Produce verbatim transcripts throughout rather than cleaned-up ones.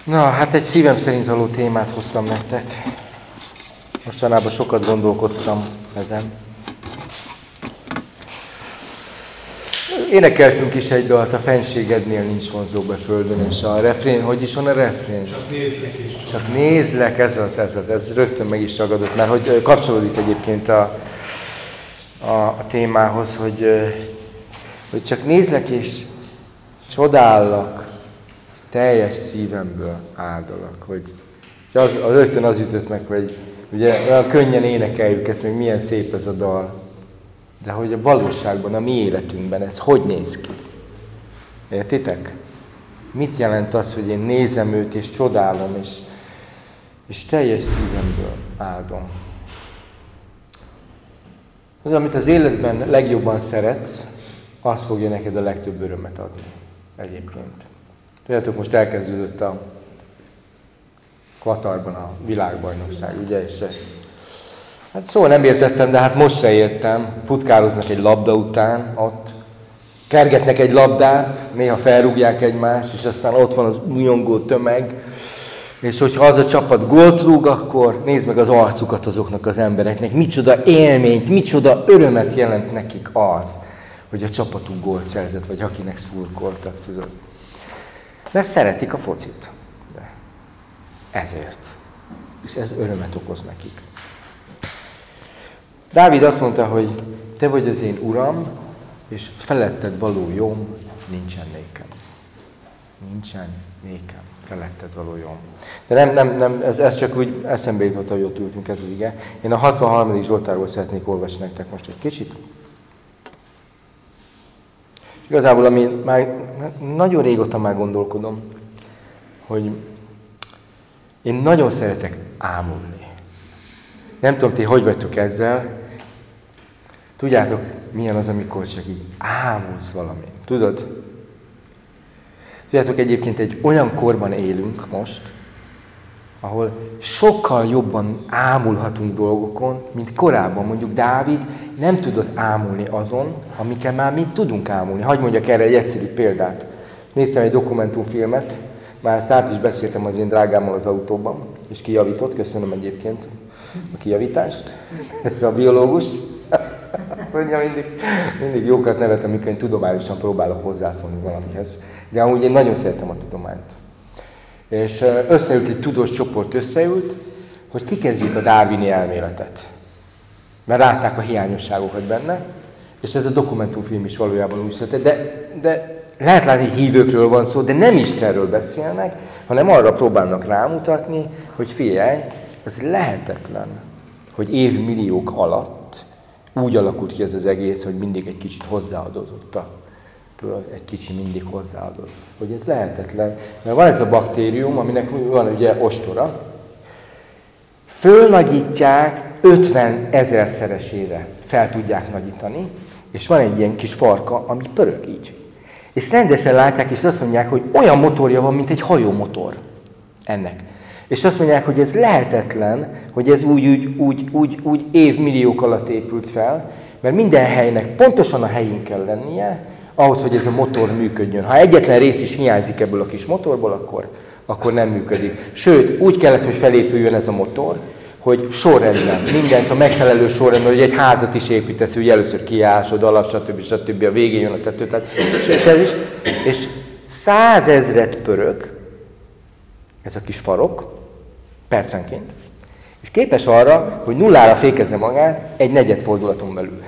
Na, hát egy szívem szerint való témát hoztam nektek. Mostanában sokat gondolkodtam ezen. Énekeltünk is egy dalt, a fenségednél nincs vonzóbb a földön, és a refrén, hogy is van a refrén? Csak nézlek is. Csak nézlek, ez az, ez az, ez rögtön meg is ragadott, mert hogy kapcsolódik egyébként a, a, a témához, hogy, hogy csak nézlek és csodállak, teljes szívemből áldalak, hogy az, az rögtön az ütött meg, hogy ugye olyan könnyen énekeljük ezt, még milyen szép ez a dal, de hogy a valóságban, a mi életünkben ez hogy néz ki? Értitek? Mit jelent az, hogy én nézem őt és csodálom, és, és teljes szívemből áldom? Az, amit az életben legjobban szeretsz, az fogja neked a legtöbb örömet adni egyébként. Tudjátok, most elkezdődött a Katarban a világbajnokság, ugye? És hát szóval nem értettem, de hát most se értem. Futkároznak egy labda után, ott kergetnek egy labdát, néha felrúgják egymást, és aztán ott van az újongó tömeg, és hogyha az a csapat gólt rúg, akkor nézd meg az arcukat azoknak az embereknek. Micsoda élményt, micsoda örömet jelent nekik az, hogy a csapatuk gólt szerzett, vagy akinek szurkoltak, tudod. Mert szeretik a focit. De ezért. És ez örömet okoz nekik. Dávid azt mondta, hogy te vagy az én uram, és feletted való jóm nincsen nékem. Nincsen nékem. Feletted való jóm. De nem, nem, nem ez, ez csak úgy eszembe jutott, hogy ott ültünk, ez az ige. Én a hatvanharmadik Zsoltárból szeretnék olvasni nektek most egy kicsit. Igazából, ami már nagyon régóta már gondolkodom, hogy én nagyon szeretek ámulni. Nem tudom, ti hogy vagytok ezzel. Tudjátok, milyen az, amikor csak így ámulsz valamin. Tudod? Tudjátok, egyébként egy olyan korban élünk most, ahol sokkal jobban ámulhatunk dolgokon, mint korábban. Mondjuk Dávid nem tudott ámulni azon, amikkel már mi tudunk ámulni. Hadd mondjak erre egy egyszerű példát. Néztem egy dokumentumfilmet, már szállt is beszéltem az én drágámmal az autóban, és kijavított, köszönöm egyébként a kijavítást, a biológus. Azt mondja, mindig, mindig jókat nevetem, amikor én tudományosan próbálok hozzászólni valamihez. De amúgy én nagyon szeretem a tudományt. És összeült egy tudós csoport, összeült, hogy kikezdjék a darwini elméletet. Mert látták a hiányosságokat benne, és ez a dokumentumfilm is valójában úgy született. De, de lehet látni, hogy hívőkről van szó, de nem Istenről beszélnek, hanem arra próbálnak rámutatni, hogy figyelj, ez lehetetlen, hogy évmilliók alatt úgy alakult ki ez az egész, hogy mindig egy kicsit hozzáadott a egy kicsi mindig hozzáadott. Hogy ez lehetetlen. Mert van ez a baktérium, aminek van ugye ostora. Fölnagyítják ötven ezerszeresére. Fel tudják nagyítani. És van egy ilyen kis farka, ami pörög így. És rendesen látják, és azt mondják, hogy olyan motorja van, mint egy hajómotor ennek. És azt mondják, hogy ez lehetetlen, hogy ez úgy, úgy, úgy, úgy, úgy évmilliók alatt épült fel, mert minden helynek pontosan a helyén kell lennie, ahhoz, hogy ez a motor működjön. Ha egyetlen rész is hiányzik ebből a kis motorból, akkor, akkor nem működik. Sőt, úgy kellett, hogy felépüljön ez a motor, hogy sorrendben, mindent a megfelelő sorrendben, hogy egy házat is építesz, hogy először kiásod, alap, stb. stb. A végén jön a tető. Tehát, és, ez is, és százezret pörög, ez a kis farok, percenként, és képes arra, hogy nullára fékezze magát egy negyed fordulaton belül.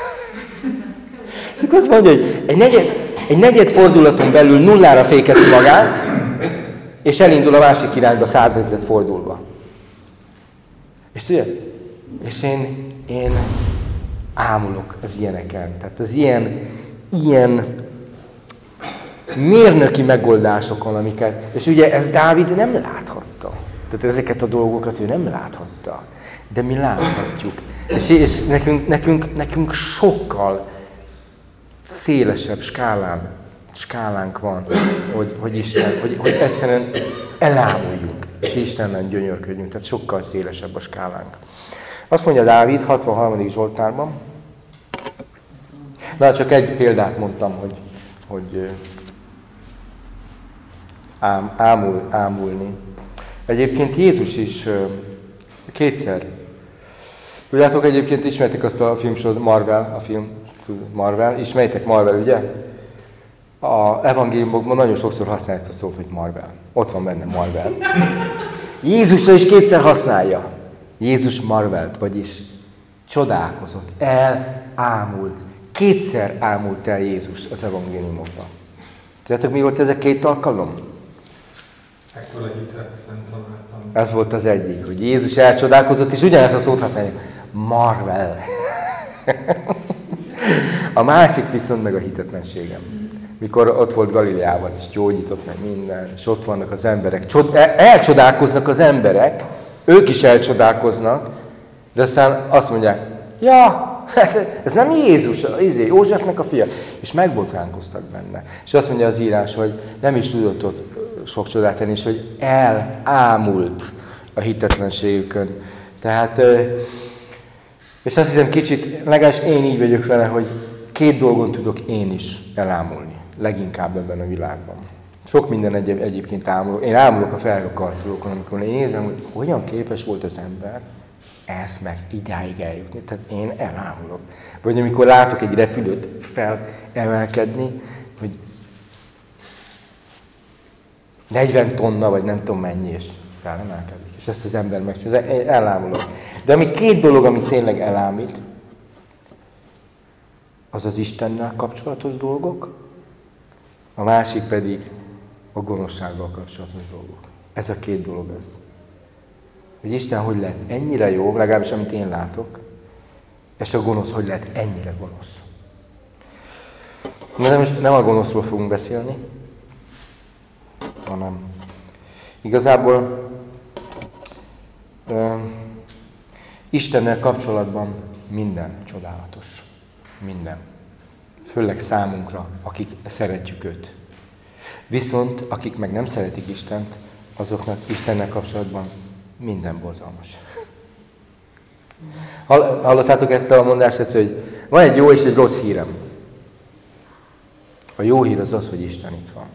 Csak azt mondja, hogy egy negyed, egy negyed fordulaton belül nullára fékezi magát, és elindul a másik irányba százezret fordulva. És tudja, és én, én ámulok az ilyeneken. Tehát az ilyen, ilyen mérnöki megoldásokon, amiket, és ugye ez Dávid nem láthatta. Tehát ezeket a dolgokat ő nem láthatta. De mi láthatjuk. És, és nekünk, nekünk, nekünk sokkal szélesebb skálán, skálánk van, hogy, hogy Isten, hogy, hogy egyszerűen elámuljunk, és Istennel gyönyörködjünk, tehát sokkal szélesebb a skálánk. Azt mondja Dávid hatvanharmadik Zsoltárban, na csak egy példát mondtam, hogy, hogy ám, ámul, ámulni. Egyébként Jézus is kétszer. Tudjátok, egyébként ismertek azt a filmsorot, Marvel, a film Marvel. Ismeritek Marvel, ugye? A evangéliumokban nagyon sokszor használják a szót, hogy Marvel. Ott van benne Marvel. Jézusra is kétszer használja. Jézus marvelt, vagyis csodálkozott, elámult. Kétszer ámult el Jézus az evangéliumokban. Tudjátok, mi volt ez a két alkalom? Ekkora hitet nem találtam. Ez volt az egyik, hogy Jézus elcsodálkozott, és ugyanezt a szót használja. Marvel. A másik viszont meg a hitetlenségem. Mikor ott volt Galileában, és gyógyított meg minden, és ott vannak az emberek. Csod- elcsodálkoznak az emberek, ők is elcsodálkoznak, de aztán azt mondják, ja, ez nem Jézus, izé, Józsefnek a fia. És megbotránkoztak benne. És azt mondja az írás, hogy nem is tudott ott sok csodát tenni, és hogy elámult a hitetlenségükön. Tehát, és azt hiszem kicsit, legalábbis én így vagyok vele, hogy két dolgon tudok én is elámulni. Leginkább ebben a világban. Sok minden egyéb, egyébként ámulok. Én ámulok a felhőkarcolókon, amikor én nézem, hogy hogyan képes volt az ember ezt meg idáig eljutni. Tehát én elámulok. Vagy amikor látok egy repülőt felemelkedni, hogy negyven tonna, vagy nem tudom mennyi, és felemelkedik. És ezt az ember megcsinálja. Én elámulok. De ami két dolog, ami tényleg elámít, az az Istennel kapcsolatos dolgok, a másik pedig a gonoszsággal kapcsolatos dolgok. Ez a két dolog ez. Hogy Isten hogy lehet ennyire jó, legalábbis amit én látok, és a gonosz hogy lehet ennyire gonosz. De nem, nem a gonoszról fogunk beszélni, hanem igazából ö, Istennel kapcsolatban minden csodálatos. Minden. Főleg számunkra, akik szeretjük őt. Viszont, akik meg nem szeretik Istent, azoknak Istennel kapcsolatban minden borzalmas. Hallottátok ezt a mondást, hogy van egy jó és egy rossz hírem. A jó hír az az, hogy Isten itt van.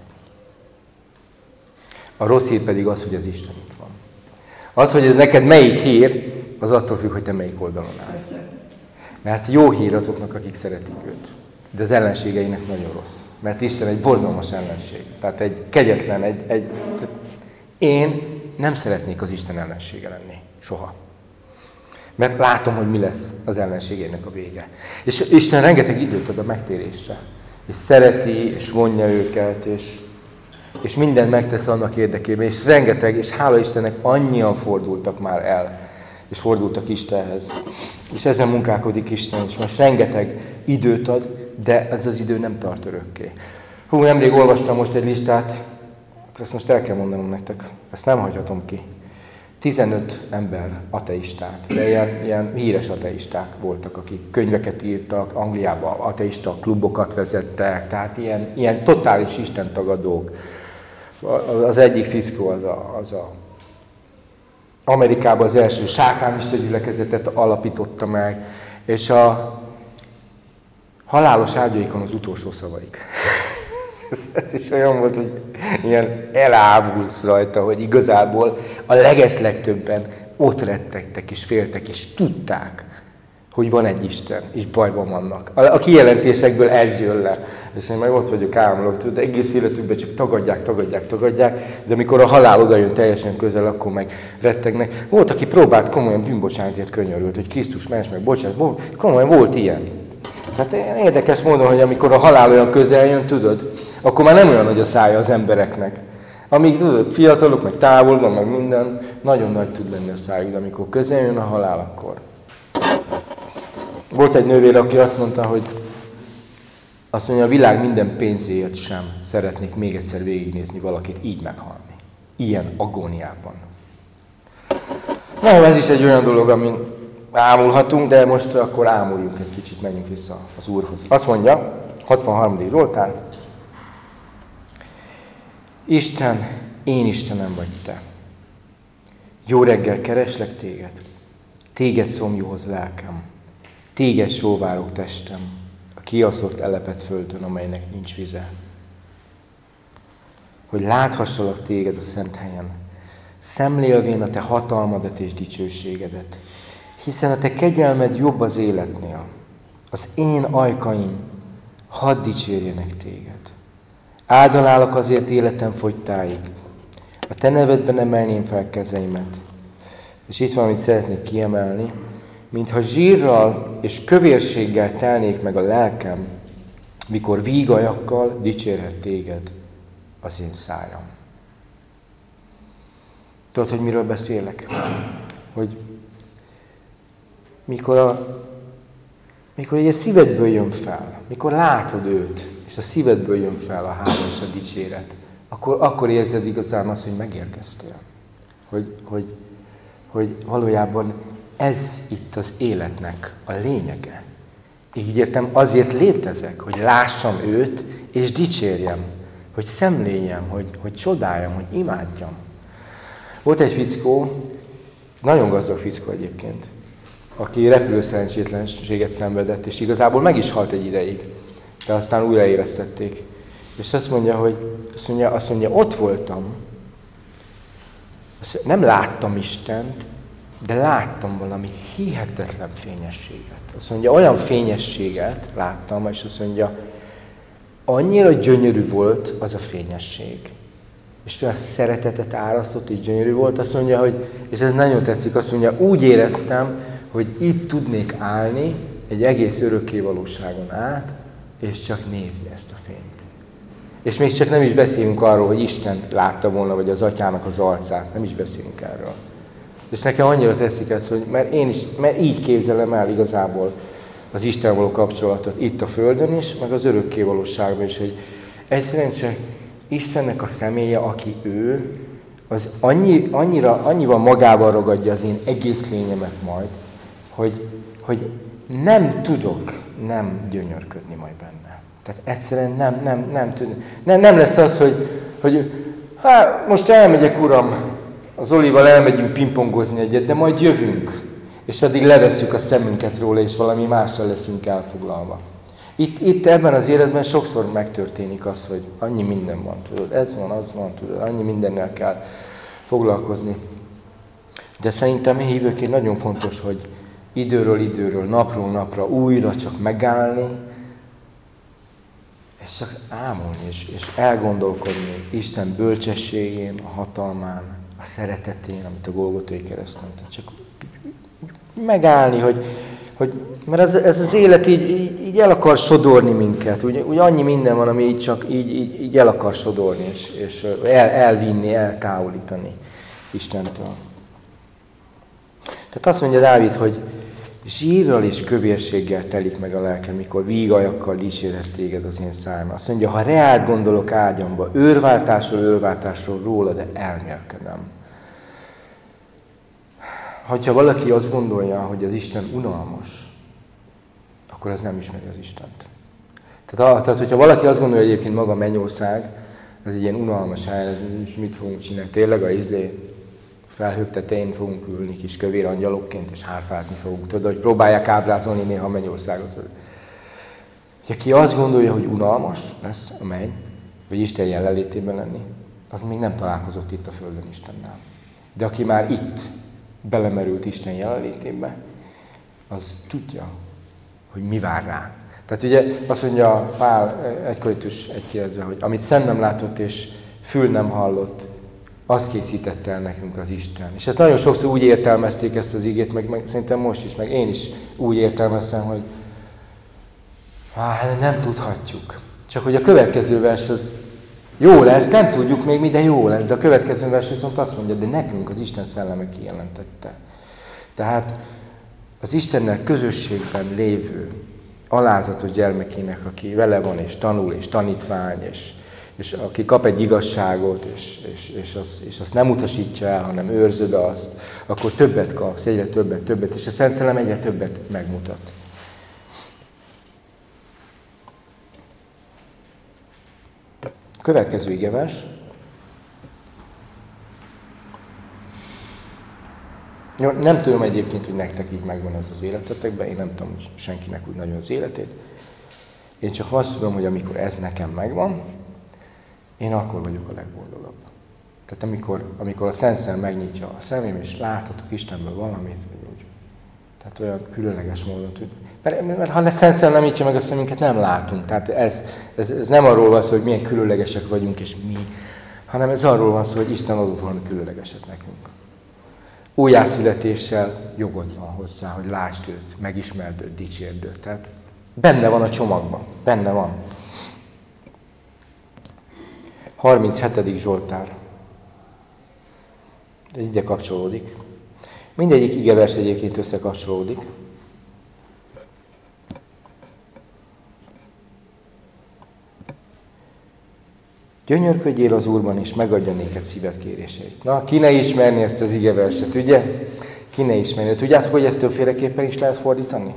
A rossz hír pedig az, hogy az Isten itt van. Az, hogy ez neked melyik hír, az attól függ, hogy te melyik oldalon állsz. Mert jó hír azoknak, akik szeretik őt. De az ellenségeinek nagyon rossz. Mert Isten egy borzalmas ellenség. Tehát egy kegyetlen, egy, egy... Én nem szeretnék az Isten ellensége lenni. Soha. Mert látom, hogy mi lesz az ellenségeinek a vége. És Isten rengeteg időt ad a megtérésre. És szereti, és vonja őket, és, és mindent megtesz annak érdekében. És rengeteg, és hála Istennek annyian fordultak már el. És fordultak Istenhez. És ezen munkálkodik Isten is. Most rengeteg időt ad, de ez az idő nem tart örökké. Hú, nemrég olvastam most egy listát, ezt most el kell mondanom nektek, ezt nem hagyhatom ki. tizenöt ember ateisták, de ilyen, ilyen híres ateisták voltak, akik könyveket írtak, Angliában ateista klubokat vezettek, tehát ilyen, ilyen totális istentagadók. Az egyik fickó az a, az a Amerikában az első sátánista gyülekezetet alapította meg, és a halálos ágyaikon az utolsó szavaik. ez, ez is olyan volt, hogy ilyen elámulsz rajta, hogy igazából a legeslegtöbben ott rettegtek és féltek, és tudták, hogy van egy Isten, és bajban vannak. A, a kijelentésekből ez jön le. És én meg ott vagyok, ámulok, de egész életükben csak tagadják, tagadják, tagadják, de amikor a halál oda jön teljesen közel, akkor meg rettegnek. Volt, aki próbált komolyan bűnbocsánatért könyörült, hogy Krisztus ments meg, bocsánat, komolyan volt ilyen. Hát érdekes módon, hogy amikor a halál olyan közel jön, tudod, akkor már nem olyan nagy a szája az embereknek. Amíg tudod, fiatalok, meg távolban, meg minden, nagyon nagy tud lenni a szájuk, de amikor közel jön a halál, akkor. Volt egy nővér, aki azt mondta, hogy azt mondja, a világ minden pénzéért sem szeretnék még egyszer végignézni valakit így meghalni. Ilyen agóniában. Na, ez is egy olyan dolog, amin ámulhatunk, de most akkor ámuljunk egy kicsit, menjünk vissza az Úrhoz. Azt mondja, hatvanharmadik Zsoltár, Isten, én Istenem vagy te. Jó reggel kereslek téged, téged szomjúhoz lelkem, téged sóvárok testem, a kiaszott elepet földön, amelynek nincs vize. hogy láthassalak téged a szent helyen, szemlélvén a te hatalmadat és dicsőségedet, hiszen a te kegyelmed jobb az életnél. Az én ajkaim hadd dicsérjenek téged. Áldalálok azért életem fogytáig. A te nevedben emelném fel kezeimet. És itt valamit szeretnék kiemelni, mintha zsírral és kövérséggel telnék meg a lelkem, mikor vígajakkal dicsérhet téged az én szájam. Tudod, hogy miről beszélek? Hogy mikor, a, mikor egy szívedből jön fel, mikor látod őt, és a szívedből jön fel a hála és a dicséret, akkor, akkor érzed igazán azt, hogy megérkeztél. Hogy, hogy, hogy valójában ez itt az életnek a lényege. Így értem, azért létezek, hogy lássam őt, és dicsérjem, hogy szemléljem, hogy, hogy csodáljam, hogy imádjam. Volt egy fickó, nagyon gazdag fickó egyébként, aki repülőszerencsétlenséget szenvedett, és igazából meg is halt egy ideig, de aztán újraélesztették. És azt mondja, hogy azt mondja, azt mondja ott voltam, azt mondja, nem láttam Istent, de láttam valami hihetetlen fényességet. Azt mondja, olyan fényességet láttam, és azt mondja, annyira gyönyörű volt az a fényesség. És olyan szeretetet árasztott, és gyönyörű volt. Azt mondja, hogy, és ez nagyon tetszik, azt mondja, úgy éreztem, hogy itt tudnék állni egy egész örökké valóságon át, és csak nézni ezt a fényt. És még csak nem is beszélünk arról, hogy Isten látta volna, vagy az atyának az arcát. Nem is beszélünk erről. És nekem annyira tetszik ez, hogy mert én is, mert így képzelem el igazából az Isten való kapcsolatot itt a Földön is, meg az örökké valóságban is, hogy egyszerűen csak Istennek a személye, aki ő, az annyi, annyira, annyival magával ragadja az én egész lényemet majd, hogy, hogy nem tudok nem gyönyörködni majd benne. Tehát egyszerűen nem, nem, nem tud. Nem, nem lesz az, hogy, hogy hát most elmegyek, uram, az Olival elmegyünk pingpongozni egyet, de majd jövünk. És addig levesszük a szemünket róla, és valami mással leszünk elfoglalva. Itt, itt ebben az életben sokszor megtörténik az, hogy annyi minden van, tudod, ez van, az van, tudod, annyi mindennel kell foglalkozni. De szerintem hívőként nagyon fontos, hogy időről időről, napról napra újra csak megállni, és csak ámulni, és, és elgondolkodni Isten bölcsességén, a hatalmán, a szeretetén, amit a Golgotai kereszten. Csak megállni, hogy, hogy mert ez, ez az élet így, így, így el akar sodorni minket. Úgy, úgy annyi minden van, ami így csak így, így, így el akar sodorni, és, és el, elvinni, eltávolítani Istentől. Tehát azt mondja Dávid, hogy zsírral és kövérséggel telik meg a lelkem, mikor vígajakkal dicséret téged az én szájam. Azt mondja, ha reád gondolok ágyamba, őrváltásról, őrváltásról róla, de elmélkedem. Ha valaki azt gondolja, hogy az Isten unalmas, akkor az nem ismeri az Istent. Tehát, tehát hogyha valaki azt gondolja, hogy egyébként maga Mennyország, az egy ilyen unalmas hely, és mit fogunk csinálni? Tényleg a izé, felhők tetején fogunk ülni kis kövér angyalokként, és hárfázni fogunk. Tudod, hogy próbálják ábrázolni néha a Mennyországot. Ha ki azt gondolja, hogy unalmas lesz a menny, vagy Isten jelenlétében lenni, az még nem találkozott itt a Földön Istennel. De aki már itt belemerült Isten jelenlétébe, az tudja, hogy mi vár rá. Tehát ugye azt mondja Pál egy Korintus egy kilencben, hogy amit szem nem látott és fül nem hallott, azt készítette el nekünk az Isten. És ezt nagyon sokszor úgy értelmezték ezt az igét, meg, meg szerintem most is, meg én is úgy értelmeztem, hogy hát nem tudhatjuk. Csak hogy a következő vers az jó lesz, nem tudjuk még mi, de jó lesz. De a következő vers viszont azt mondja, de nekünk az Isten szelleme kijelentette. Tehát az Istennel közösségben lévő alázatos gyermekének, aki vele van, és tanul, és tanítvány, és, és aki kap egy igazságot, és, és, és, azt, és azt nem utasítja el, hanem őrzöd azt, akkor többet kapsz, egyre többet, többet, és a Szent Szellem egyre többet megmutat. Következő igevers. Jó, nem tudom egyébként, hogy nektek így megvan ez az életetekben, én nem tudom senkinek úgy nagyon az életét. Én csak azt tudom, hogy amikor ez nekem megvan, én akkor vagyok a legboldogabb. Tehát amikor, amikor a Szent Szellem megnyitja a szemém, és láthatok Istenből valamit, vagy úgy. Tehát olyan különleges módon tud. Mert, mert ha a Szent Szellem nem nyitja meg a szemünket, nem látunk. Tehát ez, ez, ez nem arról van szó, hogy milyen különlegesek vagyunk, és mi, hanem ez arról van szó, hogy Isten adott valami különlegeset nekünk. Újjászületéssel jogod van hozzá, hogy lásd őt, megismerd őt, dicsérd őt. Tehát benne van a csomagban, benne van. harminchetedik Zsoltár. Ez ide kapcsolódik. Mindegyik igevers egyébként összekapcsolódik. Gyönyörködjél az Úrban, és megadja néked szíved kéréseit. Na, ki ne ismerni ezt az igeverset, ugye? Ki ne ismerni. Tudjátok, hogy ezt többféleképpen is lehet fordítani?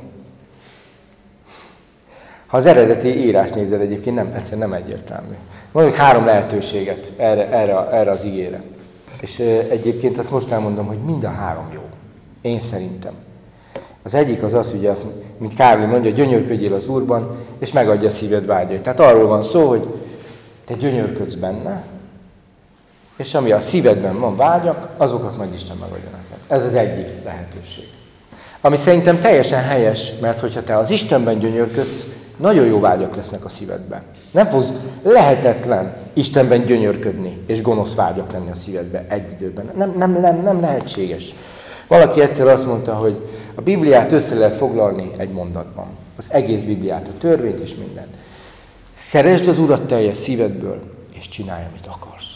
Ha az eredeti írás nézed, egyébként nem, egyszerűen nem egyértelmű. Mondjuk három lehetőséget erre, erre, erre az igére. És egyébként azt most elmondom, hogy mind a három jó. Én szerintem. Az egyik az az, ugye, az, mint Kárli mondja, gyönyörködjél az Úrban, és megadja a szíved vágyait. Tehát arról van szó, hogy te gyönyörködsz benne, és ami a szívedben van vágyak, azokat majd Isten megadja neked. Ez az egyik lehetőség. Ami szerintem teljesen helyes, mert hogyha te az Istenben gyönyörködsz, nagyon jó vágyak lesznek a szívedben. Nem fogsz lehetetlen Istenben gyönyörködni, és gonosz vágyak lenni a szívedben egy időben. Nem, nem, nem, nem lehetséges. Valaki egyszer azt mondta, hogy a Bibliát össze lehet foglalni egy mondatban. Az egész Bibliát, a törvényt és minden. Szeresd az Urat teljes szívedből, és csinálj, amit akarsz.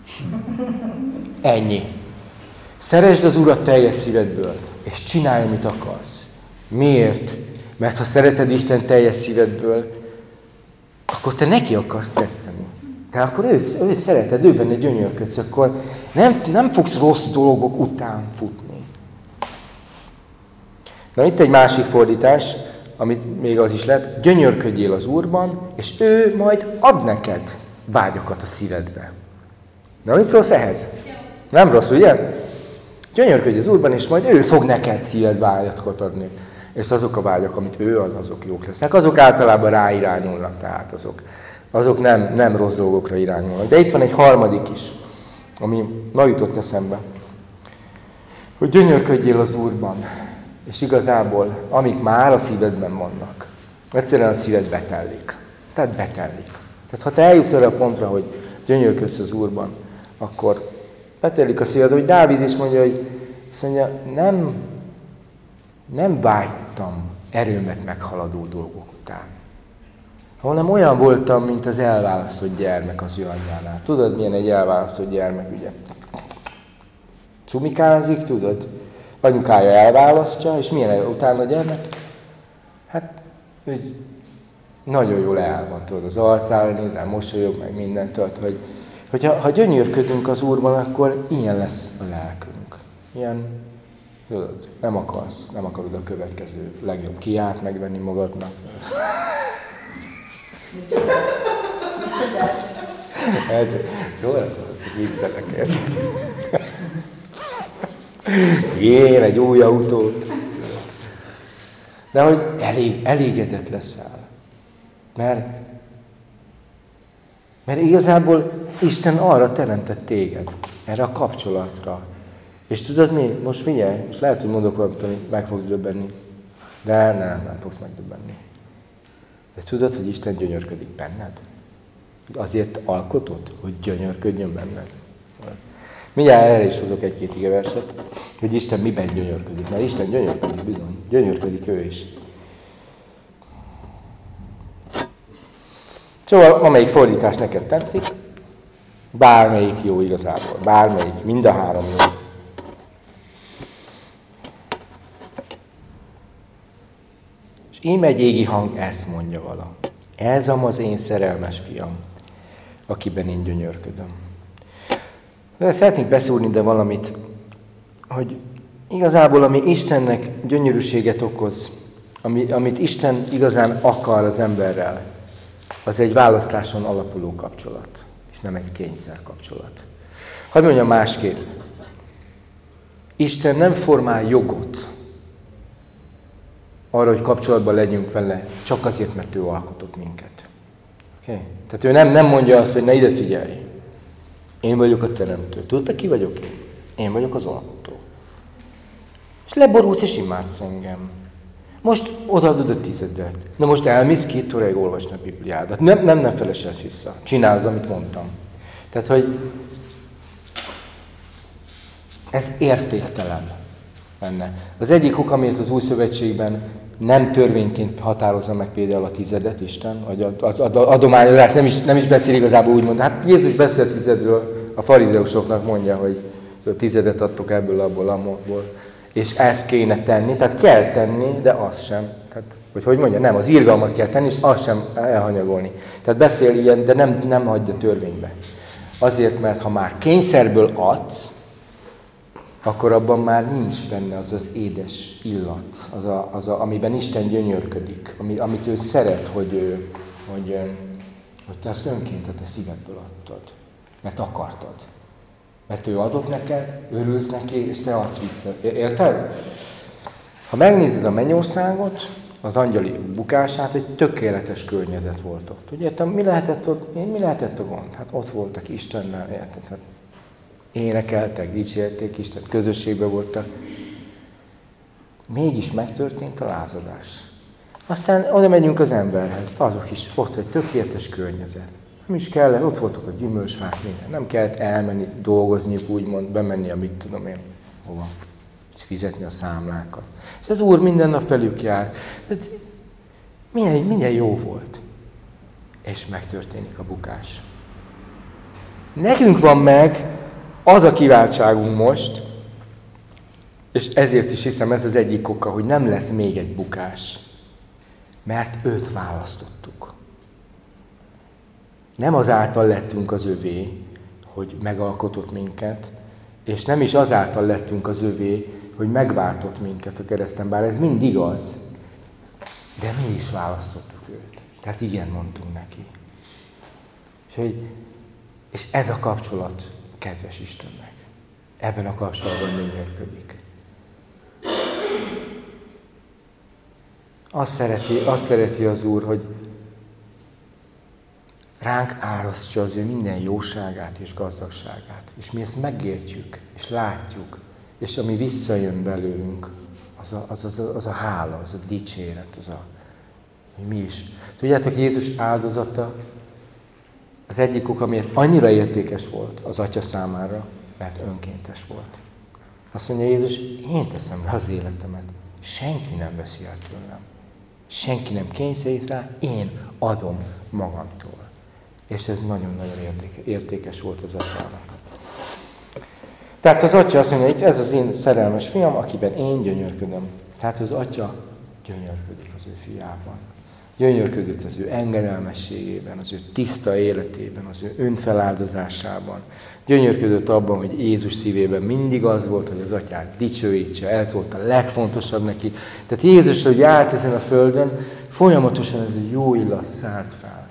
Ennyi. Szeresd az Urat teljes szívedből, és csinálj, amit akarsz. Miért? Mert ha szereted Isten teljes szívedből, akkor te neki akarsz tetszeni. Te akkor őt, őt szereted, ő benne gyönyörködsz, akkor nem, nem fogsz rossz dolgok után futni. Na itt egy másik fordítás, amit még az is lehet, gyönyörködjél az Úrban, és ő majd ad neked vágyakat a szívedbe. Na, mit szólsz ehhez? Nem rossz, ugye? Gyönyörködj az Úrban, és majd ő fog neked szíved vágyakat adni. És azok a vágyak, amit ő ad, azok jók lesznek. Azok általában ráirányulnak, tehát azok, azok nem, nem rossz dolgokra irányulnak. De itt van egy harmadik is, ami ma jutott eszembe. Hogy gyönyörködjél az Úrban, és igazából, amik már a szívedben vannak, egyszerűen a szíved betellik. Tehát betellik. Tehát ha te eljutsz arra a pontra, hogy gyönyörködsz az Úrban, akkor betellik a szíved, hogy Dávid is mondja, hogy azt mondja, nem, nem vágytam erőmet meghaladó dolgok után. Hanem olyan voltam, mint az elválasztott gyermek az ő anyjánál. Tudod, milyen egy elválasztott gyermek, ugye? Cumikázik, tudod? Anyukája elválasztja, és milyen utána a gyermek? Hát, hogy nagyon jól el van, tudod, az arcára nézel, mosolyog, meg mindent, tudod, hogy hogyha, ha gyönyörködünk az Úrban, akkor ilyen lesz a lelkünk. Ilyen, tudod, nem akarsz, nem akarod a következő legjobb kiát megvenni magadnak. Mit csinált? Hát, szórakozok, viccelekért. Én egy új autót. De hogy elég, elégedett leszel. Mert, mert igazából Isten arra teremtett téged, erre a kapcsolatra. És tudod mi? Most figyelj, most lehet, hogy mondok valamit, amit meg fogsz döbbenni. De nem, nem fogsz megdöbbenni. De tudod, hogy Isten gyönyörködik benned? Azért alkotott, hogy gyönyörködjön benned? Mindjárt erre is hozok egy-két igeverset, hogy Isten miben gyönyörködik. Mert Isten gyönyörködik bizony. Gyönyörködik ő is. Szóval, amelyik fordítás neked tetszik, bármelyik jó igazából. Bármelyik, mind a három jó. És íme egy égi hang ezt mondja vala. Ez am az én szerelmes fiam, akiben én gyönyörködöm. De szeretnék beszúrni de valamit, hogy igazából ami Istennek gyönyörűséget okoz, ami, amit Isten igazán akar az emberrel, az egy választáson alapuló kapcsolat, és nem egy kényszer kapcsolat. Hadd mondjam másképp. Isten nem formál jogot arra, hogy kapcsolatban legyünk vele, csak azért, mert ő alkotott minket. Okay. Tehát ő nem, nem mondja azt, hogy ne ide figyelj. Én vagyok a teremtő. Tudod, ki vagyok én? Én vagyok az alkotó. És leborulsz és imádsz engem. Most odaadod a tizedet. Na most elmész két óráig olvasni a Bibliádat. Nem, nem, nem felesel vissza. Csinálod, amit mondtam. Tehát, hogy ez értéktelen benne. Az egyik ok, amiért az Új Szövetségben nem törvényként határozza meg például a tizedet Isten, vagy az adományozás, nem is, nem is beszél igazából úgymond. Hát Jézus beszél a tizedről, a farizeusoknak mondja, hogy a tizedet adtok ebből, abból, abból. És ezt kéne tenni, tehát kell tenni, de az sem. Tehát, hogy hogy mondja, nem, az irgalmat kell tenni, és azt sem elhanyagolni. Tehát beszél ilyen, de nem, nem hagyja törvénybe. Azért, mert ha már kényszerből adsz, akkor abban már nincs benne az az édes illat, az, a, az a, amiben Isten gyönyörködik, ami, amit ő szeret, hogy, ő, hogy, hogy te azt önként a te szívedből adtad, mert akartad. Mert ő adott neked, örülsz neki, és te adsz vissza. Érted? Ha megnézed a mennyországot, az angyali bukását, egy tökéletes környezet volt ott. Ugye, értem, mi lehetett ott, mi lehetett a gond? Hát ott voltak Istennel, érted? Hát énekeltek, dicsérték Isten, közösségben voltak. Mégis megtörtént a lázadás. Aztán oda megyünk az emberhez, azok is, ott egy tökéletes környezet. Nem is kellett, ott voltak a gyümölcsfák, minden. Nem kellett elmenni, dolgozniuk, úgymond, bemenni a mit tudom én, hova, fizetni a számlákat. És az Úr minden nap velük járt. Milyen, milyen jó volt. És megtörténik a bukás. Nekünk van meg az a kiváltságunk most, és ezért is hiszem, ez az egyik oka, hogy nem lesz még egy bukás. Mert őt választottuk. Nem azáltal lettünk az övé, hogy megalkotott minket, és nem is azáltal lettünk az övé, hogy megváltott minket a kereszten, bár ez mind igaz, de mi is választottuk őt. Tehát igen, mondtunk neki. És, hogy, és ez a kapcsolat kedves Istennek. Ebben a kapcsolatban gyönyörködik. Azt szereti, azt szereti az Úr, hogy ránk árasztja az ő minden jóságát és gazdagságát. És mi ezt megértjük, és látjuk, és ami visszajön belőlünk, az a, az, az, az a hála, az a dicséret, az a, hogy mi is. Tudjátok, Jézus áldozata az egyik ok, amiért annyira értékes volt az Atya számára, mert önkéntes volt. Azt mondja Jézus, én teszem le az életemet, senki nem veszi el tőlem. Senki nem kényszerít rá, én adom magamtól. És ez nagyon-nagyon értékes volt az Atyának. Tehát az Atya azt mondja, hogy ez az én szerelmes fiam, akiben én gyönyörködöm. Tehát az Atya gyönyörködik az ő fiában. Gyönyörködött az ő engedelmességében, az ő tiszta életében, az ő önfeláldozásában. Gyönyörködött abban, hogy Jézus szívében mindig az volt, hogy az Atyát dicsőítse, ez volt a legfontosabb neki. Tehát Jézus, hogy járt ezen a földön, folyamatosan ez a jó illat szállt fel.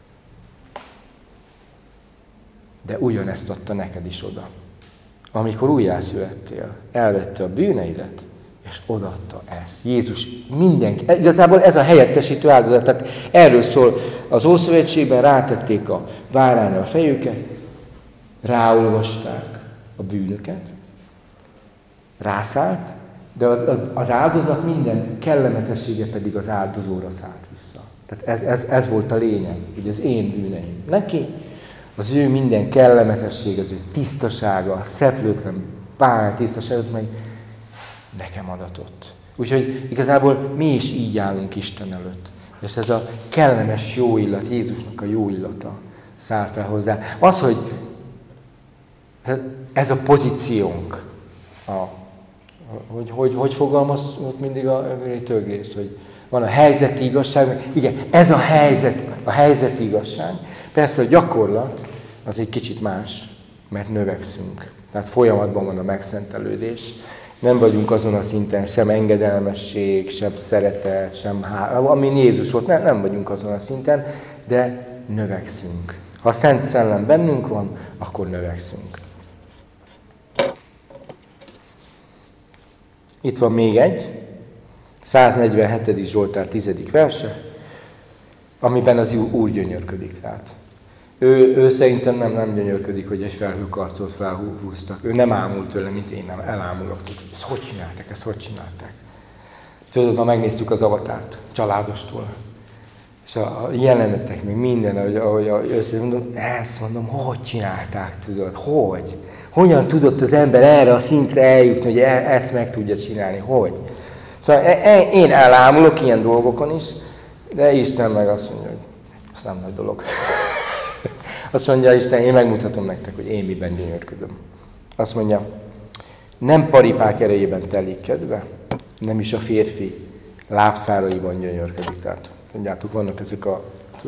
De ugyanezt adta neked is oda. Amikor újjászülettél, elvette a bűneidet, és odaadta ezt. Jézus mindenki, igazából ez a helyettesítő áldozat. Tehát erről szól, az Ószövetségben rátették a várányra a fejüket, ráolvasták a bűnöket, rászállt, de az áldozat minden kellemetessége pedig az áldozóra szállt vissza. Tehát ez, ez, ez volt a lényeg, hogy az én bűneim. Neki az ő minden kellemetesség, az ő tisztasága, a szeplőtlen bárány tisztaság, az meg nekem adatott. Úgyhogy igazából mi is így állunk Isten előtt. És ez a kellemes jó illat, Jézusnak a jó illata száll fel hozzá. Az, hogy ez a pozíciónk, a, hogy, hogy, hogy fogalmaz ott mindig a törgész, hogy van a helyzeti igazság, igen, ez a helyzet, a helyzeti igazság. Persze a gyakorlat az egy kicsit más, mert növekszünk. Tehát folyamatban van a megszentelődés. Nem vagyunk azon a szinten, sem engedelmesség, sem szeretet, sem hála, ami Jézus volt, nem, nem vagyunk azon a szinten, de növekszünk. Ha a Szent Szellem bennünk van, akkor növekszünk. Itt van még egy, száznegyvenhetedik Zsoltár tizedik verse. amiben az Úr gyönyörködik. Tehát ő, ő szerintem nem, nem gyönyörködik, hogy egy felhőkarcot felhúztak. Ő nem ámult tőle, mint én nem. Elámulok. Ezt hogy csinálták? Ezt hogy csinálták? Tudod, ma megnézzük az Avatárt, családostól. És a jelenetek, még minden, ahogy, ahogy összemondom, ezt mondom, hogy csinálták, tudod? Hogy? Hogyan tudott az ember erre a szintre eljutni, hogy e- ezt meg tudja csinálni? Hogy? Szóval én elámulok ilyen dolgokon is, de Isten meg azt mondja, hogy ez nem nagy dolog. Azt mondja Isten, én megmutatom nektek, hogy én miben gyönyörködöm. Azt mondja, nem paripák erejében telik kedve, nem is a férfi lábszáraiban gyönyörködik. Tehát tudjátok, vannak ezek a,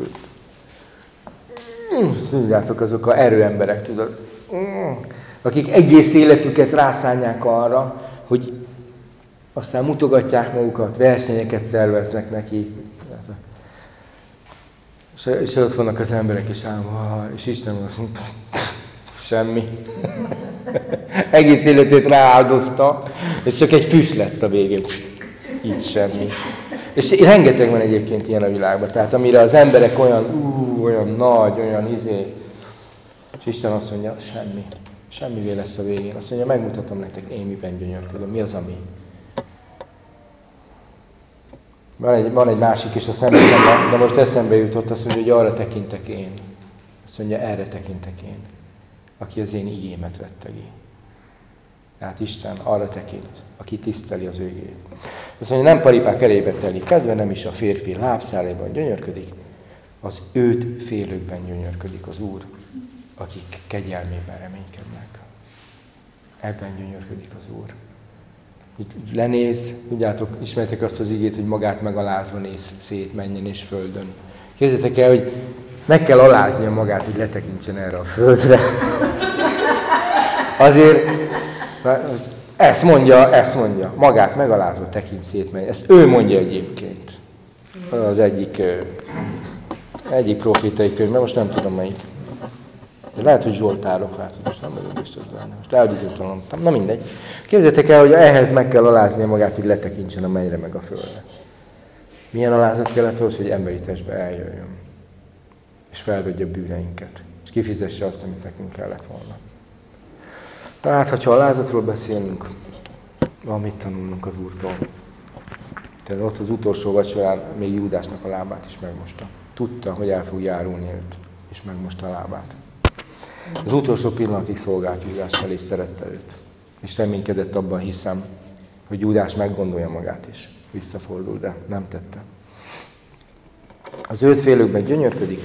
tudjátok, azok a erőemberek, tudod, akik egész életüket rászánják arra, hogy aztán mutogatják magukat, versenyeket szerveznek neki. És, és ott vannak az emberek, és ám, és Isten azt mondja, semmi. Egész életét rááldozta, és csak egy füst lesz a végén. Így semmi. És rengeteg van egyébként ilyen a világban. Tehát amire az emberek olyan, ú, olyan nagy, olyan izé, és Isten azt mondja, semmi. Semmivé lesz a végén. Azt mondja, megmutatom nektek, én miben gyönyörködöm. Mi az, ami? Van egy, van egy másik is, azt nem eszembe, de most eszembe jutott, azt mondja, hogy arra tekintek én. Azt mondja, erre tekintek én, aki az én igémet rettegi. Tehát Isten arra tekint, aki tiszteli az ő igét. Azt mondja, nem paripák erébe telik kedve, nem is a férfi lábszáraiban gyönyörködik, az őt félőkben gyönyörködik az Úr, akik kegyelmében reménykednek. Ebben gyönyörködik az Úr. Itt lenéz, tudjátok, ismertek azt az igét, hogy magát megalázva néz szét mennyen és földön. Képzeljétek el, hogy meg kell aláznia magát, hogy letekintsen erre a földre. Azért, ezt mondja, ezt mondja, magát megalázva tekint szét mennyen. Ezt ő mondja egyébként. Az egyik, egyik profétai könyv, mert most nem tudom melyik. De lehet, hogy Zsoltárok, lehet, hogy most nem vagyok biztos benne. Most elbizonytalanodtam. Na mindegy. Képzeljétek el, hogy ehhez meg kell aláznia magát, hogy letekintsen a mennyre meg a földre. Milyen alázat kellett ahhoz, hogy emberi testbe eljöjjön. És felvegye a bűneinket. És kifizesse azt, amit nekünk kellett volna. Tehát, ha alázatról beszélünk, van mit tanulnunk az Úrtól. Tehát ott az utolsó vacsorán még Júdásnak a lábát is megmosta. Tudta, hogy el fog járulni őt, és megmosta a lábát. Az utolsó pillanatig szolgált Júdással, és szerette őt. És reménykedett abban, hiszem, hogy Júdás meggondolja magát is. Visszafordul, de nem tette. Az őt félőkben gyönyörködik,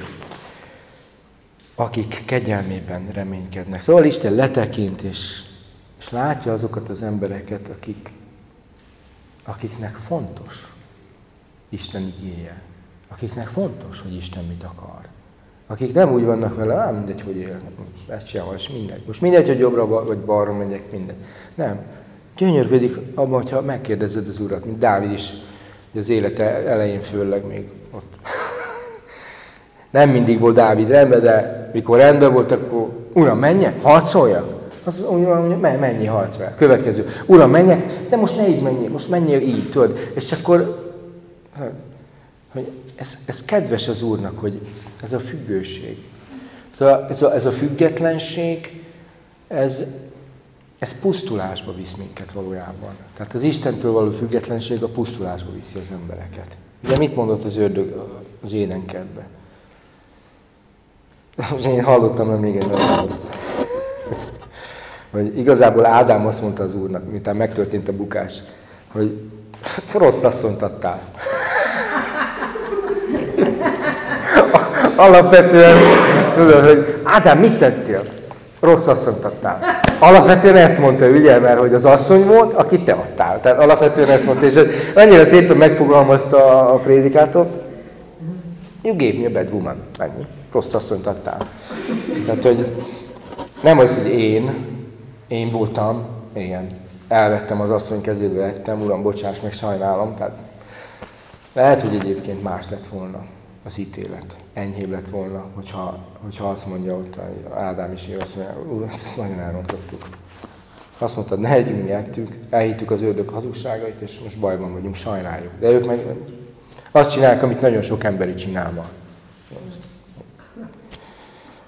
akik kegyelmében reménykednek. Szóval Isten letekint, és, és látja azokat az embereket, akik, akiknek fontos Isten igéje. Akiknek fontos, hogy Isten mit akar. Akik nem úgy vannak vele, á, mindegy, hogy él, most ezt csinálom, és mindegy. Most mindegy, hogy jobbra vagy balra megyek, mindegy. Nem. Gyönyörködik abban, hogyha megkérdezed az Urat, mint Dávid is, az élete elején főleg még ott. Nem mindig volt Dávid rendben, de mikor rendben volt, akkor Uram, menjek, harcoljak? Az Uram mondja, menjél harcolja. Következő. Uram, menjek, de most ne így menjél, most menjél így, tudod. És akkor, hogy ez, ez kedves az Úrnak, hogy ez a függőség. Szóval ez a, ez a függetlenség, ez, ez pusztulásba visz minket valójában. Tehát az Istentől való függetlenség a pusztulásba viszi az embereket. De mit mondott az ördög az édenkertben? Én hallottam nem még egy nagyon hogy igazából Ádám azt mondta az Úrnak, miután megtörtént a bukás, hogy rossz asszonyt adtál. Alapvetően, tudod, hogy Ádám, mit tettél? Rossz asszonyt adtál. Alapvetően ezt mondta, ugye, mert hogy az asszony volt, akit te adtál. Tehát alapvetően ezt mondta, és annyira szépen megfogalmazta a prédikátor. You gave me a bad woman. Ennyi. Rossz asszonyt adtál. Tehát, hogy nem az, hogy én, én voltam, igen, elvettem az asszony kezébe, vettem, Uram, bocsáss meg, sajnálom. Tehát lehet, hogy egyébként más lett volna az ítélet. Enyhébb lett volna, hogyha, hogyha azt mondja ott Ádám is, azt mondja, Úr, ezt nagyon elrontottuk. Azt mondtad, ne együnk, mi ettük, elhittük az ördög hazugságait, és most bajban vagyunk, sajnáljuk. De ők meg azt csinálják, amit nagyon sok emberi csinál ma.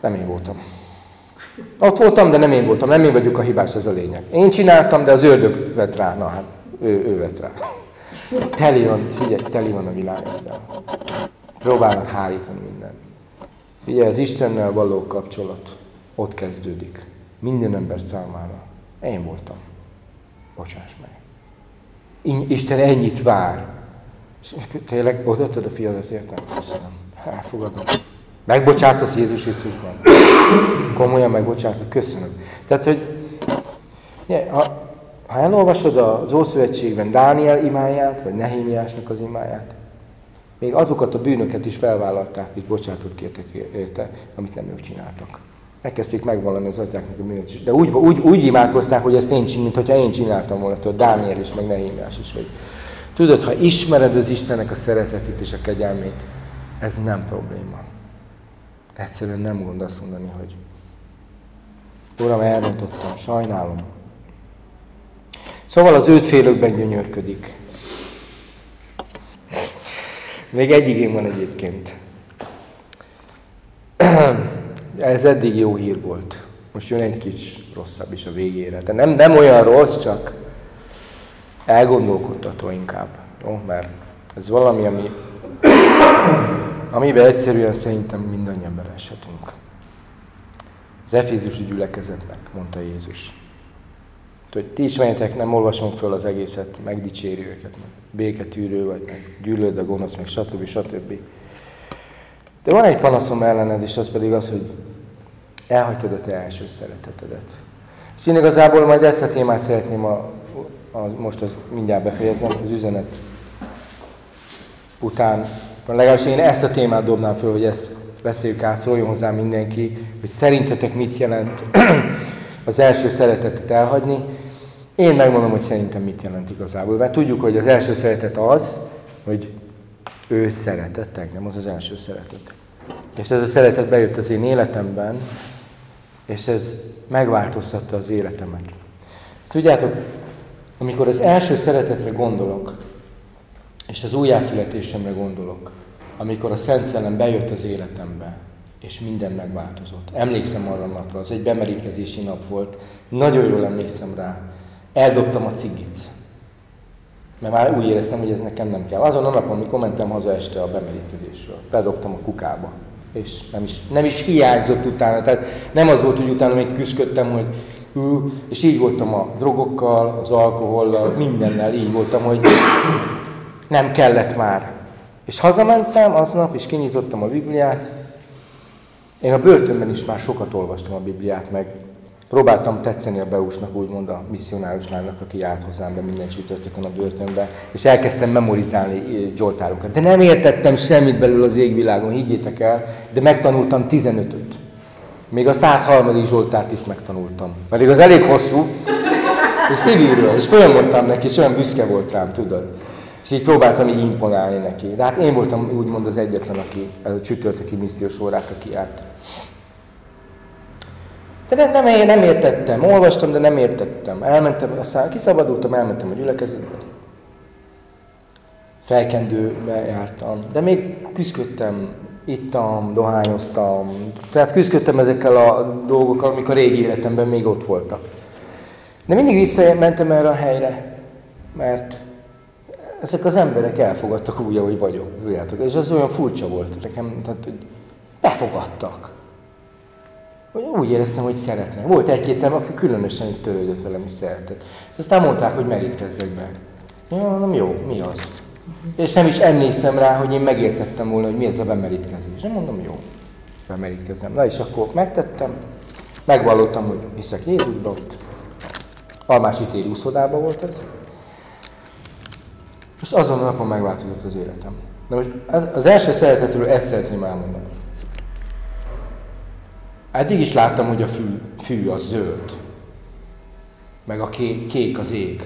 Nem én voltam. Ott voltam, de nem én voltam. Nem én vagyok a hibás, ez a lényeg. Én csináltam, de az ördög vett rá. Na hát, ő, ő vett rá. Teli van, figyelj, teli van a világ ezzel. Próbálnak hárítani mindent. Figyelj, az Istennel való kapcsolat ott kezdődik. Minden ember számára. Én voltam. Bocsáss meg. Isten ennyit vár. És tényleg odaadtad a fiadat, értem? Köszönöm. Elfogadom. Megbocsátasz Jézus Jézusban. Komolyan megbocsátasz. Köszönöm. Tehát, hogy ha, ha elolvasod az Ószövetségben Dániel imáját, vagy Nehémiásnak az imáját, még azokat a bűnöket is felvállalták, és bocsátot kértek érte, amit nem ők csináltak. Elkezdték megvallani az atyáknak a bűnöt is. De úgy, úgy, úgy imádkozták, hogy ezt én csináltam, mint hogyha én csináltam volna, tudod, Dániel is, meg Nehémiás is. Vagy. Tudod, ha ismered az Istennek a szeretetét és a kegyelmét, ez nem probléma. Egyszerűen nem gond azt mondani, hogy Uram, elrontottam, sajnálom. Szóval az őt félőkben gyönyörködik. Még egy igém van egyébként. Ez eddig jó hír volt. Most jön egy kicsi rosszabb is a végére. De nem, nem olyan rossz, csak elgondolkodtató inkább. Jó? Mert ez valami, ami, amiben egyszerűen szerintem mindannyian beleeshetünk. Az efézusi gyülekezetnek, mondta Jézus. Hogy ti ismerjetek, nem olvasom föl az egészet, megdicséri őket, meg béketűrő vagy, meg gyűlöld a gonosz, meg stb. stb. De van egy panaszom ellened, és az pedig az, hogy elhagytad a te első szeretetedet. És én igazából majd ezt a témát szeretném, a, a, most az mindjárt befejezem, az üzenet után. Legalábbis én ezt a témát dobnám föl, hogy ezt beszéljük át, szóljon hozzá mindenki, hogy szerintetek mit jelent az első szeretetet elhagyni. Én megmondom, hogy szerintem mit jelent igazából. Mert tudjuk, hogy az első szeretet az, hogy ő szeretett engem, az az első szeretet. És ez a szeretet bejött az én életemben, és ez megváltoztatta az életemet. Tudjátok, amikor az első szeretetre gondolok, és az újjászületésemre gondolok, amikor a Szent Szellem bejött az életembe, és minden megváltozott. Emlékszem arra a napra, az egy bemerítkezési nap volt, nagyon jól emlékszem rá. Eldobtam a cigit, mert már úgy éreztem, hogy ez nekem nem kell. Azon a napon, amikor mentem haza este a bemerítkezésről, bedobtam a kukába, és nem is, nem is hiányzott utána. Tehát nem az volt, hogy utána még küzdködtem, hogy hú, és így voltam a drogokkal, az alkohollal, mindennel így voltam, hogy nem kellett már. És hazamentem aznap, és kinyitottam a Bibliát. Én a börtönben is már sokat olvastam a Bibliát, meg próbáltam tetszeni a Beusnak, úgymond a misszionárus lánynak, aki járt hozzám be minden csütörtökön a börtönbe, és elkezdtem memorizálni zsoltárokat. De nem értettem semmit belül az égvilágon, higgyétek el, de megtanultam tizenötöt. Még a százharmadik zsoltárt is megtanultam. Pedig az elég hosszú, és kívülről, és fölmondtam neki, és olyan büszke volt rám, tudod. És így próbáltam így imponálni neki. De hát én voltam úgymond az egyetlen, aki a csütörtöki missziós órákra kiállt. De nem, nem, én nem értettem. Olvastam, de nem értettem. Elmentem, aztán kiszabadultam, elmentem a gyülekezetbe. Fejkendőbe jártam. De még küzdködtem, ittam, dohányoztam. Tehát küzdködtem ezekkel a dolgokkal, amik a régi életemben még ott voltak. De mindig visszamentem erre a helyre, mert ezek az emberek elfogadtak úgy, ahogy vagyok. És az olyan furcsa volt nekem, tehát, hogy befogadtak. Hogy úgy éreztem, hogy szeretnek. Volt egy-két ember, aki különösen itt törődött velem, és szeretett. És aztán mondták, hogy merítkezzek be. Én mondom, jó, mi az? És nem is emlékszem rá, hogy én megértettem volna, hogy mi ez a bemerítkezés. Nem mondom, jó, bemerítkezem. Na és akkor megtettem, megvallottam, hogy hiszek Jézusba, ott Almási téri úszodában volt ez. És azon a napon megváltozott az életem. Na most az első szeretetről ezt szeretném elmondani. Eddig is láttam, hogy a fű, fű az zöld, meg a kék, kék az ég.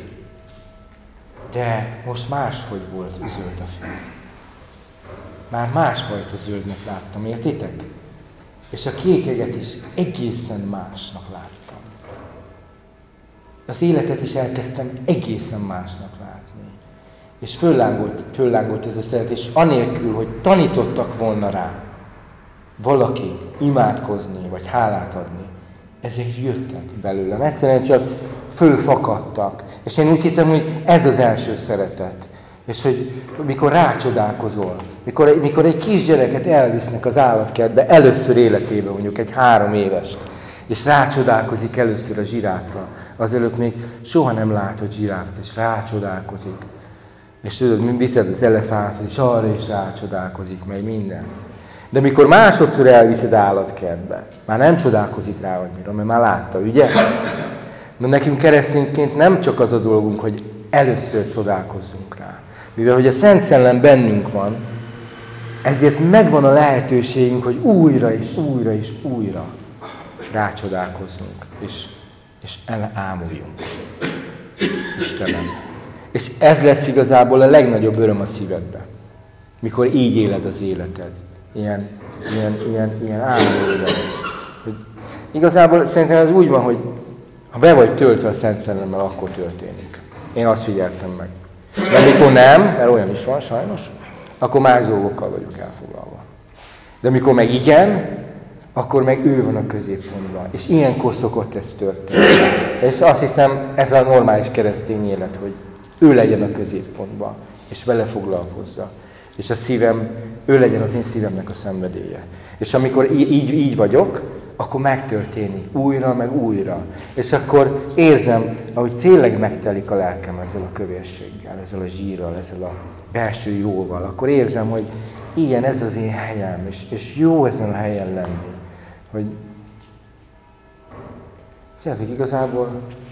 De most máshogy volt zöld a fű. Már másfajta zöldnek láttam, értitek? És a kékeget is egészen másnak láttam. Az életet is elkezdtem egészen másnak látni. És föllángolt, föllángolt ez a szeretet, és anélkül, hogy tanítottak volna rá. valaki imádkozni, vagy hálát adni, ezek jöttek belőlem. Egyszerűen csak fölfakadtak. És én úgy hiszem, hogy ez az első szeretet. És hogy mikor rácsodálkozol, mikor, mikor egy kisgyereket elvisznek az állatkertbe, először életében, mondjuk egy három éves, és rácsodálkozik először a zsiráfra, azelőtt még soha nem látott zsiráft, és rácsodálkozik. És tudod, viszed az elefántot, és arra is rácsodálkozik, meg minden. De mikor másodszor elviszed állatkertbe, már nem csodálkozik rá annyira, mert már látta, ugye? De nekünk keresztényként nem csak az a dolgunk, hogy először csodálkozzunk rá. Mivel hogy a Szent Szellem bennünk van, ezért megvan a lehetőségünk, hogy újra és újra és újra rácsodálkozzunk, és, és elámuljunk. Istenem. És ez lesz igazából a legnagyobb öröm a szívedben, mikor így éled az életed. Ilyen, ilyen, ilyen, ilyen ámulóban. Igazából szerintem ez úgy van, hogy ha be vagy töltve a Szent Szellemmel, akkor történik. Én azt figyeltem meg. De amikor nem, mert olyan is van sajnos, akkor más dolgokkal vagyok elfoglalva. De amikor meg igen, akkor meg ő van a középpontban. És ilyenkor szokott ez történni. És azt hiszem, ez a normális keresztény élet, hogy ő legyen a középpontban, és vele foglalkozza. És a szívem, ő legyen az én szívemnek a szenvedélye. És amikor így, így vagyok, akkor megtörténik újra, meg újra. És akkor érzem, ahogy tényleg megtelik a lelkem ezzel a kövérséggel, ezzel a zsírral, ezzel a belső jóval. Akkor érzem, hogy igen, ez az én helyem, és, és jó ezen a helyen lenni. Hogy Sziasztok, igazából,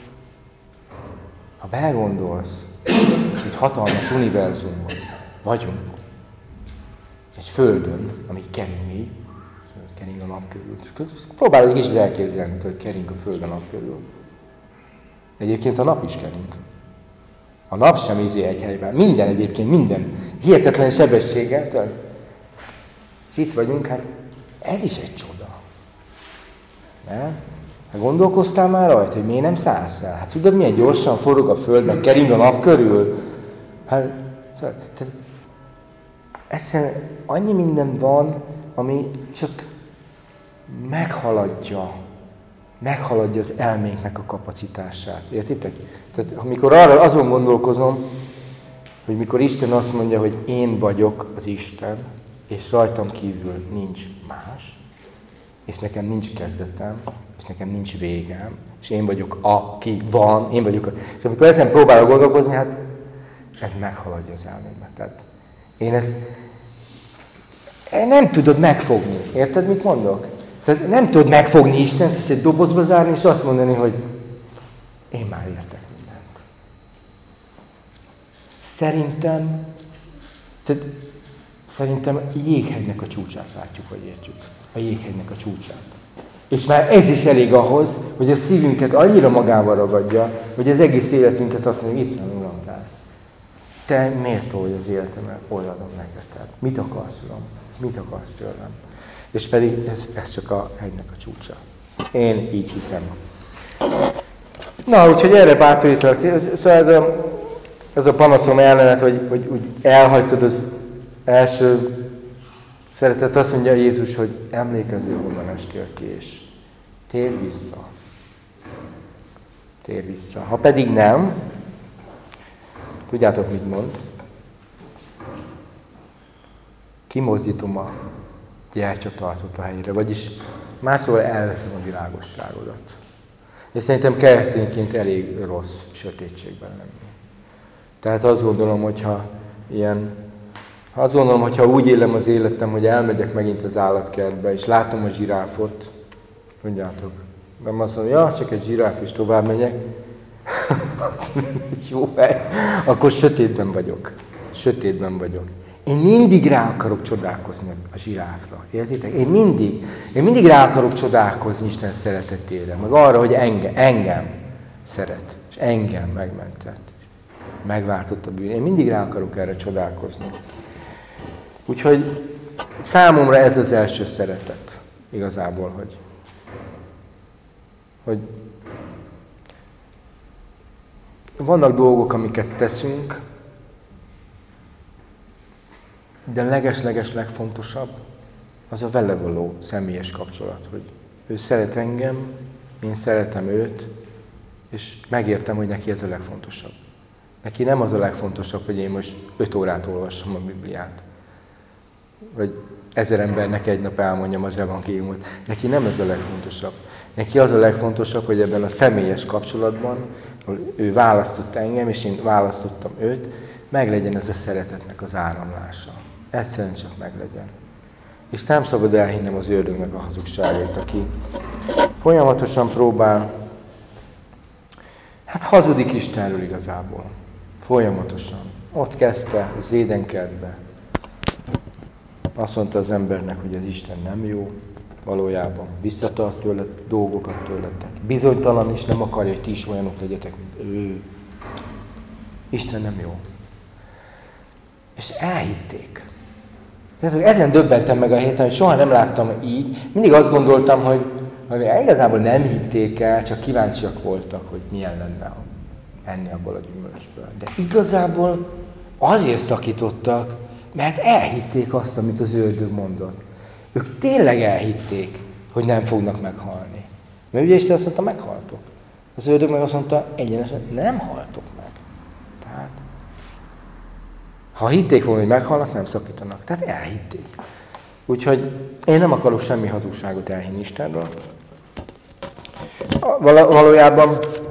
ha belegondolsz, egy hatalmas univerzumban vagyunk, egy földön, ami kering így, kering a nap körül. Próbálj egy kicsit elképzelni, hogy kering a föld a nap körül. Egyébként a nap is kering. A nap sem izé egy helyben. Minden egyébként, minden hihetetlen sebességgel. És itt vagyunk, hát ez is egy csoda. Nem? Hát gondolkoztál már rajta, hogy miért nem szállsz el? Hát tudod, milyen gyorsan forog a föld, meg kering a nap körül? Hát, tehát, egyszerűen annyi minden van, ami csak meghaladja, meghaladja az elménknek a kapacitását. Értitek? Tehát amikor arra azon gondolkozom, hogy mikor Isten azt mondja, hogy én vagyok az Isten, és rajtam kívül nincs más, és nekem nincs kezdetem, és nekem nincs végem, és én vagyok aki van, én vagyok a... És amikor ezen próbálok gondolkozni, hát ez meghaladja az elmémet. Tehát én ezt nem tudod megfogni. Érted, mit mondok? Tehát nem tudod megfogni Istent, és egy dobozba zárni, és azt mondani, hogy én már értek mindent. Szerintem, tehát szerintem jéghegynek a csúcsát látjuk, vagy értjük. A jéghegynek a csúcsát. És már ez is elég ahhoz, hogy a szívünket annyira magával ragadja, hogy az egész életünket azt mondja, hogy itt van, Uram, tehát te méltó vagy az életemre, olyadom neked. Tehát mit akarsz, Uram? Mit akarsz tőlem? És pedig ez, ez csak a hegynek a csúcsa. Én így hiszem. Na, úgyhogy erre bátorítalak. Szóval ez a, ez a panaszom ellenet, hogy, hogy úgy elhagytad az első szeretet, azt mondja Jézus, hogy emlékezzél, honnan estél ki, és térj vissza. Térj vissza. Ha pedig nem, tudjátok, mit mond? Kimozdítom a gyertyatartót a helyére, vagyis más szóval elveszem a világosságodat. És szerintem keresztényként elég rossz sötétségben lenni. Tehát azt gondolom, hogyha ilyen, azt gondolom, hogyha úgy élem az életem, hogy elmegyek megint az állatkertbe, és látom a zsiráfot, mondjátok, nem azt mondom, ja, csak egy zsiráf, és tovább megyek, azt mondom, hogy jó hely, akkor sötétben vagyok. Sötétben vagyok. Én mindig rá akarok csodálkozni a zsiráfra. Értitek? Én mindig, én mindig rá akarok csodálkozni Isten szeretetére, meg arra, hogy engem, engem szeret, és engem megmentett, megváltott a bűn. Én mindig rá akarok erre csodálkozni. Úgyhogy számomra ez az első szeretet, igazából, hogy, hogy vannak dolgok, amiket teszünk, de leges-leges legfontosabb, az a vele való személyes kapcsolat, hogy ő szeret engem, én szeretem őt, és megértem, hogy neki ez a legfontosabb. Neki nem az a legfontosabb, hogy én most öt órát olvassam a Bibliát, vagy ezer embernek egy nap elmondjam az evangéliumot. Neki nem ez a legfontosabb. Neki az a legfontosabb, hogy ebben a személyes kapcsolatban, ahol ő választott engem, és én választottam őt, meglegyen ez a szeretetnek az áramlása. Egyszerűen csak meglegyen. És nem szabad elhinnem az ördögnek a hazugságait, aki folyamatosan próbál, hát hazudik Istenről igazából. Folyamatosan. Ott kezdte az édenkertbe. Azt mondta az embernek, hogy az Isten nem jó, valójában visszatart tőle dolgokat tőletek. Bizonytalan is nem akarja, hogy ti is olyanok legyetek, mint ő. Isten nem jó. És elhitték. Tehát, ezen döbbentem meg a héten, hogy soha nem láttam így. Mindig azt gondoltam, hogy, hogy igazából nem hitték el, csak kíváncsiak voltak, hogy milyen lenne enni abból a gyümölcsből. De igazából azért szakítottak, mert elhitték azt, amit az ördög mondott. Ők tényleg elhitték, hogy nem fognak meghalni. Mert ugye Isten azt mondta, meghaltok. Az ördög meg azt mondta, egyenesen nem haltok meg. Tehát, ha hitték volna, hogy meghalnak, nem szakítanak. Tehát elhitték. Úgyhogy én nem akarok semmi hazugságot elhinni Istenről. Val- valójában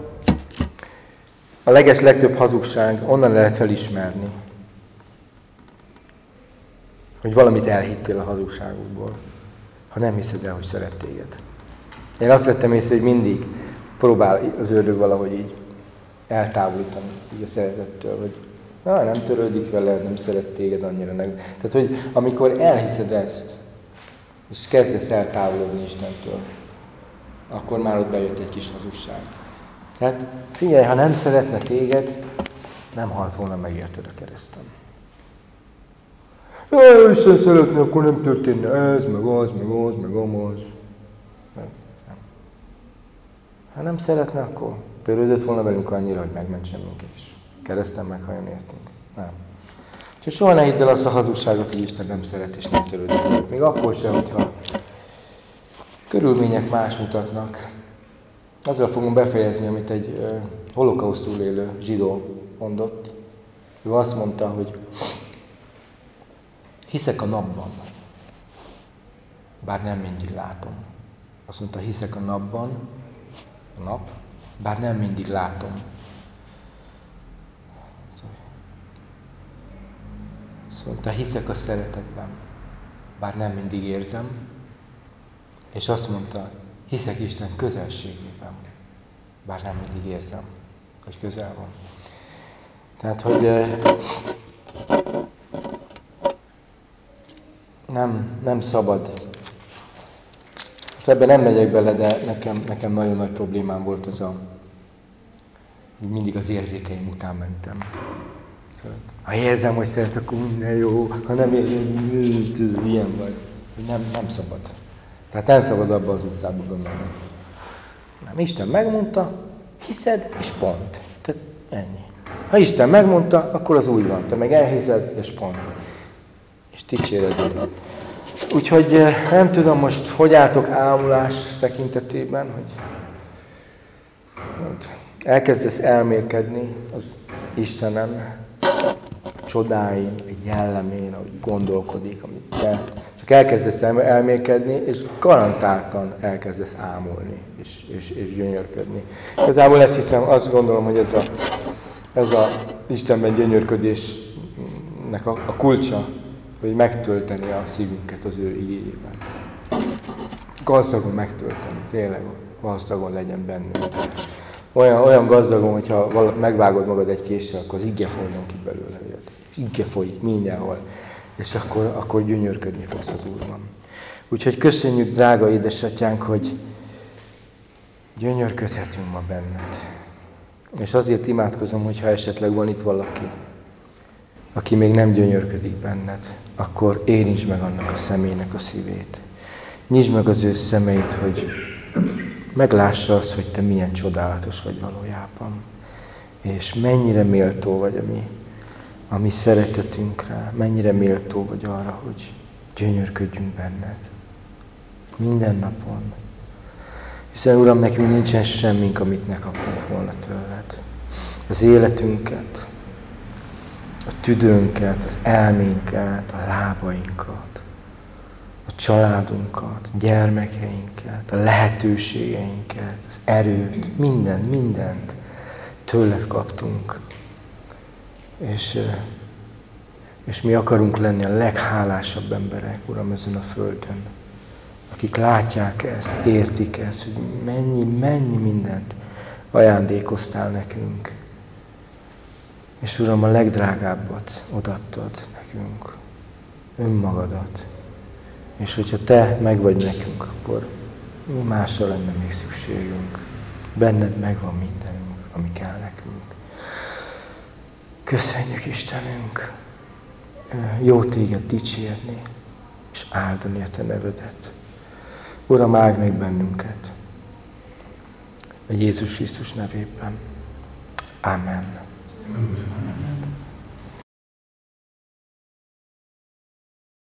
a leges legtöbb hazugság onnan lehet felismerni, hogy valamit elhittél a hazugságodból, ha nem hiszed el, hogy szeret téged. Én azt vettem észre, hogy mindig próbál az ördög valahogy így eltávolítani így a szeretettől, hogy na, nem törődik veled, nem szeret téged annyira. Nem. Tehát, hogy amikor elhiszed ezt, és kezdesz eltávolodni Istentől, akkor már ott bejött egy kis hazugság. Tehát figyelj, ha nem szeretne téged, nem halt volna meg érted a kereszten. Ja, Isten szeretne, akkor nem történne ez, meg az, meg az, meg amaz. Nem, nem. Ha nem szeretne, akkor törődött volna velünk annyira, hogy megmentsen minket is. Kereszten meghalljon értünk. Nem. Úgyhogy soha ne hidd el azt a hazugságot, hogy Isten nem szeret és nem törődik velük. Még akkor sem, hogyha körülmények más mutatnak. Azzal fogom befejezni, amit egy uh, holokausztul élő zsidó mondott. Ő azt mondta, hogy hiszek a napban, bár nem mindig látom. Azt mondta, hiszek a napban, a nap, bár nem mindig látom. Azt mondta, hiszek a szeretetben, bár nem mindig érzem. És azt mondta, hiszek Isten közelségében, bár nem mindig érzem, hogy közel van. Tehát, hogy nem, nem szabad. Most ebben nem megyek bele, de nekem, nekem nagyon nagy problémám volt az a, hogy mindig az érzékeim után mentem. Ha érzem, hogy szeret, akkor minden jó, ha nem érzem, ilyen vagy. Nem, nem szabad. Tehát nem szabad abba az utcába gondolni. Nem, Isten megmondta, hiszed, és pont. Tehát ennyi. Ha Isten megmondta, akkor az úgy van. Te meg elhiszed, és pont. És dicséred. Úgyhogy nem tudom most, hogy álltok ámulás tekintetében, hogy elkezdesz elmélkedni az Istenen, csodáin, egy jellemén, ahogy gondolkodik, amit te csak elkezdesz elmélkedni, és garantáltan elkezdesz ámulni, és, és, és gyönyörködni. Igazából ezt hiszem, azt gondolom, hogy ez a, ez a Istenben gyönyörködésnek a, a kulcsa, hogy megtölteni a szívünket az ő igéjében. Gazdagon megtölteni, tényleg gazdagon legyen bennünk. Olyan, olyan gazdagon, hogyha megvágod magad egy késsel, akkor az ige folyjon ki belőle. Ige folyik mindenhol. És akkor, akkor gyönyörködni fogsz az Úrban. Úgyhogy köszönjük, drága édesatyánk, hogy gyönyörködhetünk ma benned. És azért imádkozom, hogyha esetleg van itt valaki, aki még nem gyönyörködik benned, akkor érintsd meg annak a személynek a szívét. Nyisd meg az ő szemeit, hogy meglássa azt, hogy te milyen csodálatos vagy valójában. És mennyire méltó vagy a mi, a mi szeretetünkre, mennyire méltó vagy arra, hogy gyönyörködjünk benned. Minden napon. Hiszen Uram, nekünk nincsen semmink, amit ne kapunk volna tőled. Az életünket, a tüdőnket, az elménket, a lábainkat, a családunkat, a gyermekeinket, a lehetőségeinket, az erőt, mindent, mindent tőled kaptunk. És, és mi akarunk lenni a leghálásabb emberek, Uram, ezen a földön. Akik látják ezt, értik ezt, hogy mennyi, mennyi mindent ajándékoztál nekünk. És Uram, a legdrágábbat odaadtad nekünk, önmagadat. És hogyha Te meg vagy nekünk, akkor mi másra lenne még szükségünk. Benned megvan mindenünk, ami kell nekünk. Köszönjük, Istenünk! Jó Téged dicsérni, és áldani a Te nevedet. Uram, áld meg bennünket! A Jézus Krisztus nevében. Amen.